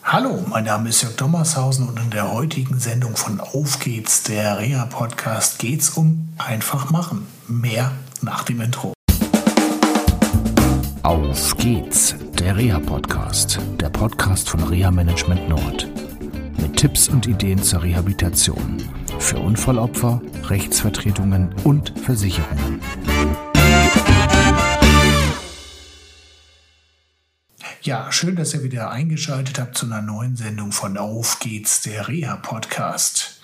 Hallo, mein Name ist Jörg Dommershausen und in der heutigen Sendung von Auf geht's, der Reha-Podcast, geht's um einfach machen. Mehr nach dem Intro. Auf geht's, der Reha-Podcast, der Podcast von Reha Management Nord. Mit Tipps und Ideen zur Rehabilitation für Unfallopfer, Rechtsvertretungen und Versicherungen. Ja, schön, dass ihr wieder eingeschaltet habt zu einer neuen Sendung von Auf geht's, der Reha-Podcast.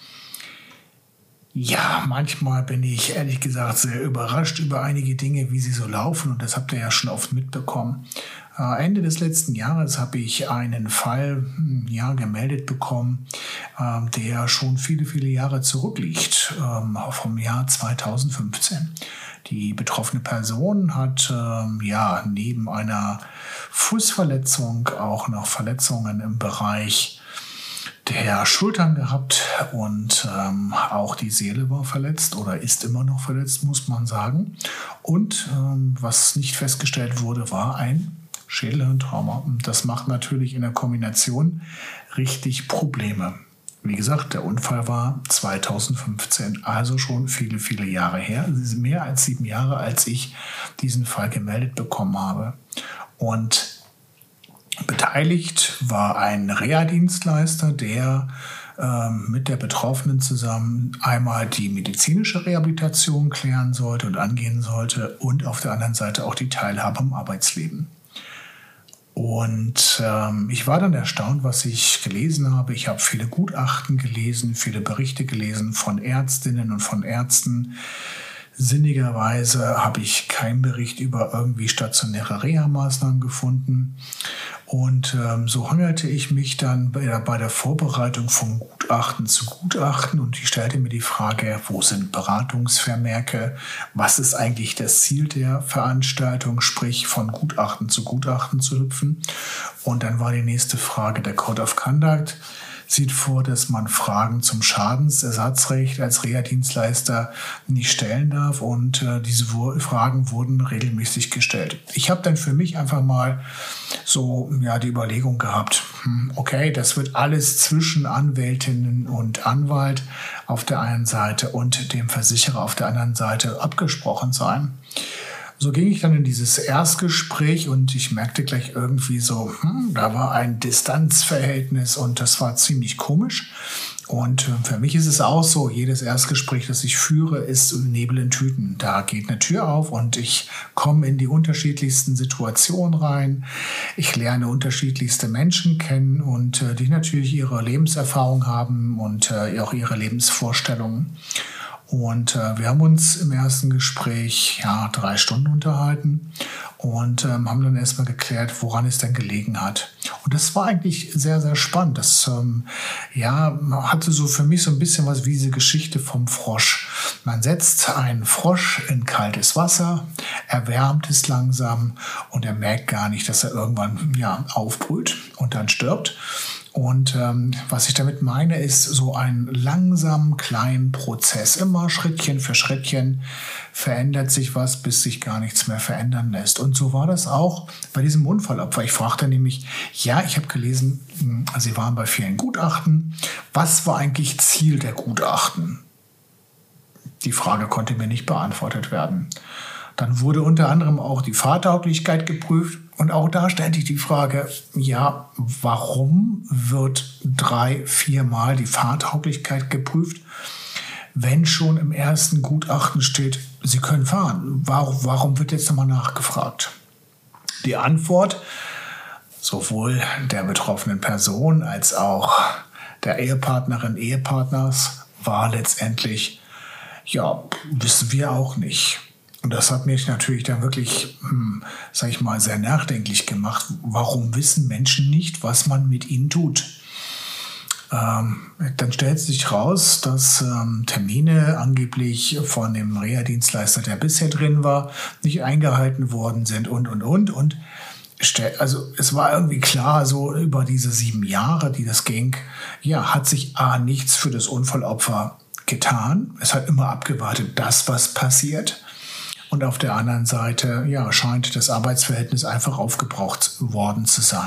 Ja, manchmal bin ich ehrlich gesagt sehr überrascht über einige Dinge, wie sie so laufen, und das habt ihr ja schon oft mitbekommen. Ende des letzten Jahres habe ich einen Fall gemeldet bekommen, der schon viele Jahre zurückliegt, vom Jahr 2015. Die betroffene Person hat neben einer Fußverletzung auch noch Verletzungen im Bereich der Schultern gehabt und auch die Seele war verletzt oder ist immer noch verletzt, muss man sagen. Und was nicht festgestellt wurde, war ein Schädelhirntrauma. Und das macht natürlich in der Kombination richtig Probleme. Wie gesagt, der Unfall war 2015, also schon viele Jahre her. Es ist mehr als 7 Jahre, als ich diesen Fall gemeldet bekommen habe. Und beteiligt war ein Reha-Dienstleister, der mit der Betroffenen zusammen einmal die medizinische Rehabilitation klären sollte und angehen sollte und auf der anderen Seite auch die Teilhabe am Arbeitsleben. Und ich war dann erstaunt, was ich gelesen habe. Ich habe viele Gutachten gelesen, viele Berichte gelesen von Ärztinnen und von Ärzten. Sinnigerweise habe ich keinen Bericht über irgendwie stationäre Reha-Maßnahmen gefunden. Und so hangelte ich mich dann bei der Vorbereitung von Gutachten zu Gutachten und ich stellte mir die Frage, wo sind Beratungsvermerke? Was ist eigentlich das Ziel der Veranstaltung, sprich von Gutachten zu Gutachten zu hüpfen? Und dann war die nächste Frage, der Code of Conduct sieht vor, dass man Fragen zum Schadensersatzrecht als Reha-Dienstleister nicht stellen darf und diese Fragen wurden regelmäßig gestellt. Ich habe dann für mich einfach mal so die Überlegung gehabt, okay, das wird alles zwischen Anwältinnen und Anwalt auf der einen Seite und dem Versicherer auf der anderen Seite abgesprochen sein. So ging ich dann in dieses Erstgespräch und ich merkte gleich irgendwie so, da war ein Distanzverhältnis und das war ziemlich komisch. Und für mich ist es auch so, jedes Erstgespräch, das ich führe, ist Nebel in Tüten. Da geht eine Tür auf und ich komme in die unterschiedlichsten Situationen rein. Ich lerne unterschiedlichste Menschen kennen und die natürlich ihre Lebenserfahrung haben und auch ihre Lebensvorstellungen. Und wir haben uns im ersten Gespräch 3 Stunden unterhalten und haben dann erstmal geklärt, woran es denn gelegen hat. Und das war eigentlich sehr spannend. Das hatte so für mich so ein bisschen was wie diese Geschichte vom Frosch. Man setzt einen Frosch in kaltes Wasser, erwärmt es langsam und er merkt gar nicht, dass er irgendwann aufbrüht und dann stirbt. Und was ich damit meine, ist so ein langsamen kleinen Prozess. Immer Schrittchen für Schrittchen verändert sich was, bis sich gar nichts mehr verändern lässt. Und so war das auch bei diesem Unfallopfer. Ich fragte nämlich, ich habe gelesen, Sie waren bei vielen Gutachten. Was war eigentlich Ziel der Gutachten? Die Frage konnte mir nicht beantwortet werden. Dann wurde unter anderem auch die Fahrtauglichkeit geprüft. Und auch da stellte ich die Frage, warum wird 3-4 Mal die Fahrtauglichkeit geprüft, wenn schon im ersten Gutachten steht, Sie können fahren? Warum wird jetzt nochmal nachgefragt? Die Antwort sowohl der betroffenen Person als auch der Ehepartners war letztendlich, wissen wir auch nicht. Und das hat mich natürlich dann wirklich, sehr nachdenklich gemacht. Warum wissen Menschen nicht, was man mit ihnen tut? Dann stellt sich raus, dass Termine angeblich von dem Reha-Dienstleister, der bisher drin war, nicht eingehalten worden sind und. Also es war irgendwie klar, so über diese 7 Jahre, die das ging, hat sich nichts für das Unfallopfer getan. Es hat immer abgewartet, was passiert. Und auf der anderen Seite scheint das Arbeitsverhältnis einfach aufgebraucht worden zu sein.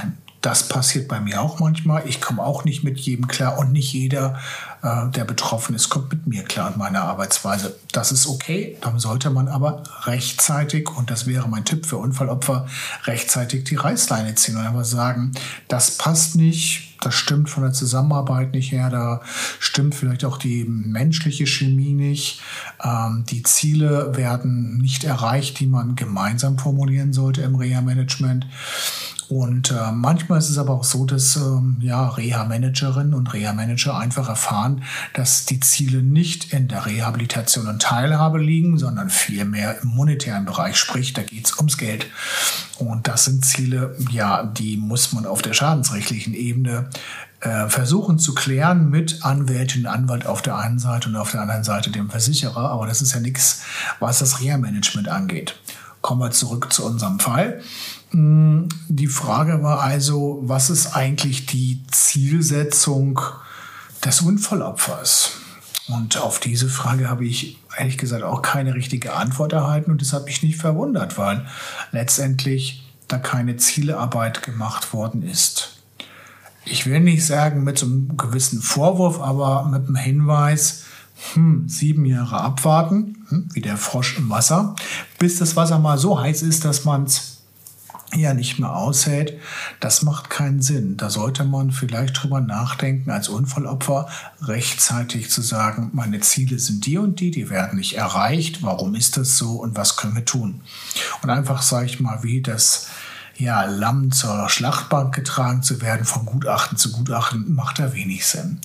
Das passiert bei mir auch manchmal. Ich komme auch nicht mit jedem klar und nicht jeder, der betroffen ist, kommt mit mir klar in meiner Arbeitsweise. Das ist okay, dann sollte man aber rechtzeitig, und das wäre mein Tipp für Unfallopfer, rechtzeitig die Reißleine ziehen und einfach sagen, das passt nicht, das stimmt von der Zusammenarbeit nicht her, da stimmt vielleicht auch die menschliche Chemie nicht, die Ziele werden nicht erreicht, die man gemeinsam formulieren sollte im Reha-Management. Und manchmal ist es aber auch so, dass Reha-Managerinnen und Reha-Manager einfach erfahren, dass die Ziele nicht in der Rehabilitation und Teilhabe liegen, sondern vielmehr im monetären Bereich, sprich, da geht es ums Geld. Und das sind Ziele, die muss man auf der schadensrechtlichen Ebene versuchen zu klären mit Anwältin und Anwalt auf der einen Seite und auf der anderen Seite dem Versicherer. Aber das ist ja nichts, was das Reha-Management angeht. Kommen wir zurück zu unserem Fall. Die Frage war also, was ist eigentlich die Zielsetzung des Unfallopfers? Und auf diese Frage habe ich ehrlich gesagt auch keine richtige Antwort erhalten und das hat mich nicht verwundert, weil letztendlich da keine Zielearbeit gemacht worden ist. Ich will nicht sagen mit so einem gewissen Vorwurf, aber mit dem Hinweis, 7 Jahre abwarten, wie der Frosch im Wasser, bis das Wasser mal so heiß ist, dass man es nicht mehr aushält. Das macht keinen Sinn. Da sollte man vielleicht drüber nachdenken, als Unfallopfer rechtzeitig zu sagen, meine Ziele sind die und die werden nicht erreicht. Warum ist das so und was können wir tun? Und einfach, sage ich mal, wie das Lamm zur Schlachtbank getragen zu werden, von Gutachten zu Gutachten, macht da wenig Sinn.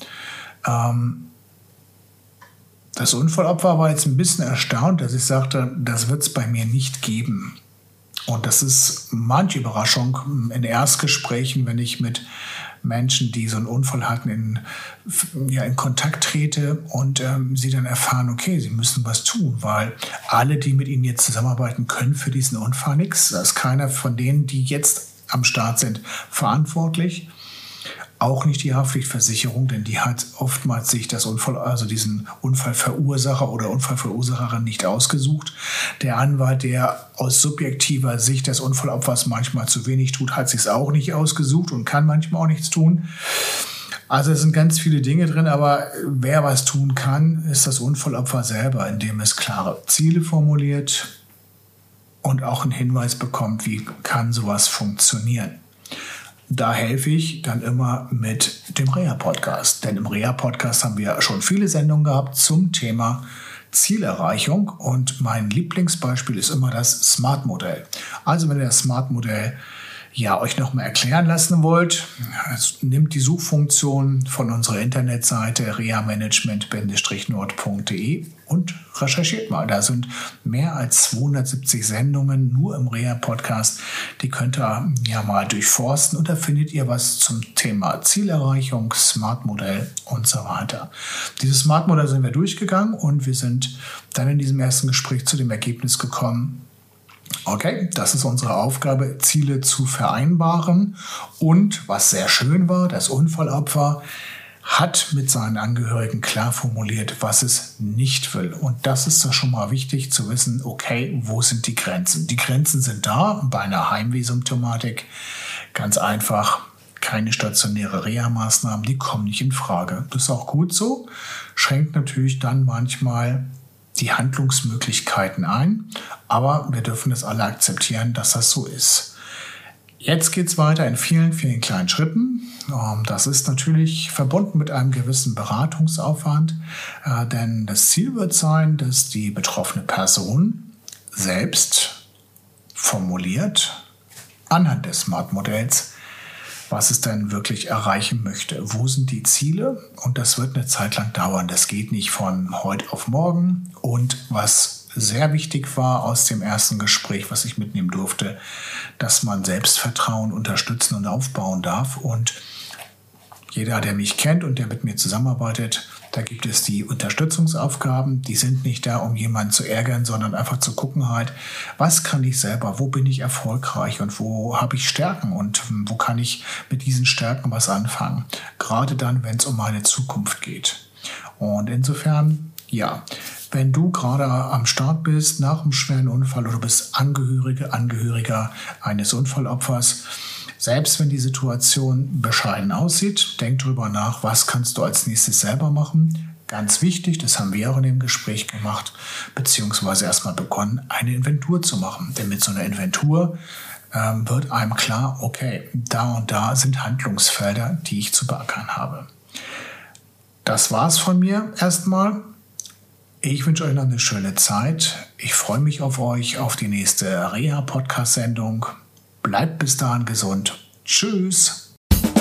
Das Unfallopfer war jetzt ein bisschen erstaunt, dass ich sagte, das wird es bei mir nicht geben. Und das ist manche Überraschung in Erstgesprächen, wenn ich mit Menschen, die so einen Unfall hatten, in Kontakt trete und sie dann erfahren, okay, sie müssen was tun, weil alle, die mit ihnen jetzt zusammenarbeiten, können für diesen Unfall nichts. Da ist keiner von denen, die jetzt am Start sind, verantwortlich. Auch nicht die Haftpflichtversicherung, denn die hat oftmals sich diesen Unfallverursacher oder Unfallverursacherin nicht ausgesucht. Der Anwalt, der aus subjektiver Sicht des Unfallopfers manchmal zu wenig tut, hat sich es auch nicht ausgesucht und kann manchmal auch nichts tun. Also es sind ganz viele Dinge drin, aber wer was tun kann, ist das Unfallopfer selber, indem es klare Ziele formuliert und auch einen Hinweis bekommt, wie kann sowas funktionieren. Da helfe ich dann immer mit dem Reha-Podcast. Denn im Reha-Podcast haben wir schon viele Sendungen gehabt zum Thema Zielerreichung. Und mein Lieblingsbeispiel ist immer das Smart-Modell. Also wenn ihr das Smart-Modell euch nochmal erklären lassen wollt, nimmt die Suchfunktion von unserer Internetseite rehamanagement-nord.de und recherchiert mal. Da sind mehr als 270 Sendungen nur im Reha-Podcast. Die könnt ihr mal durchforsten und da findet ihr was zum Thema Zielerreichung, Smart-Modell und so weiter. Dieses Smart-Modell sind wir durchgegangen und wir sind dann in diesem ersten Gespräch zu dem Ergebnis gekommen, okay, das ist unsere Aufgabe, Ziele zu vereinbaren. Und was sehr schön war, das Unfallopfer hat mit seinen Angehörigen klar formuliert, was es nicht will. Und das ist doch schon mal wichtig zu wissen, okay, wo sind die Grenzen? Die Grenzen sind da bei einer Heimwehsymptomatik. Ganz einfach, keine stationäre Reha-Maßnahmen, die kommen nicht in Frage. Das ist auch gut so, schränkt natürlich dann manchmal die Handlungsmöglichkeiten ein, aber wir dürfen es alle akzeptieren, dass das so ist. Jetzt geht es weiter in vielen, vielen kleinen Schritten. Das ist natürlich verbunden mit einem gewissen Beratungsaufwand, denn das Ziel wird sein, dass die betroffene Person selbst formuliert, anhand des Smart-Modells, was es denn wirklich erreichen möchte. Wo sind die Ziele? Und das wird eine Zeit lang dauern. Das geht nicht von heute auf morgen. Und was sehr wichtig war aus dem ersten Gespräch, was ich mitnehmen durfte, dass man Selbstvertrauen unterstützen und aufbauen darf. Und jeder, der mich kennt und der mit mir zusammenarbeitet, da gibt es die Unterstützungsaufgaben. Die sind nicht da, um jemanden zu ärgern, sondern einfach zu gucken halt, was kann ich selber, wo bin ich erfolgreich und wo habe ich Stärken und wo kann ich mit diesen Stärken was anfangen. Gerade dann, wenn es um meine Zukunft geht. Und insofern, wenn du gerade am Start bist, nach einem schweren Unfall oder du bist Angehöriger eines Unfallopfers, Selbst wenn die Situation bescheiden aussieht, denk drüber nach, was kannst du als nächstes selber machen. Ganz wichtig, das haben wir auch in dem Gespräch gemacht, beziehungsweise erstmal begonnen, eine Inventur zu machen. Denn mit so einer Inventur wird einem klar, okay, da und da sind Handlungsfelder, die ich zu beackern habe. Das war's von mir erstmal. Ich wünsche euch noch eine schöne Zeit. Ich freue mich auf euch, auf die nächste Reha-Podcast-Sendung. Bleibt bis dahin gesund. Tschüss.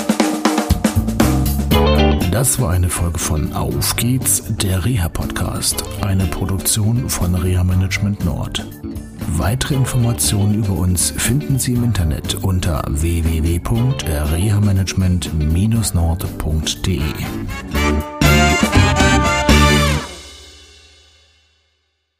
Das war eine Folge von Auf geht's, der Reha-Podcast. Eine Produktion von Reha Management Nord. Weitere Informationen über uns finden Sie im Internet unter www.rehamanagement-nord.de.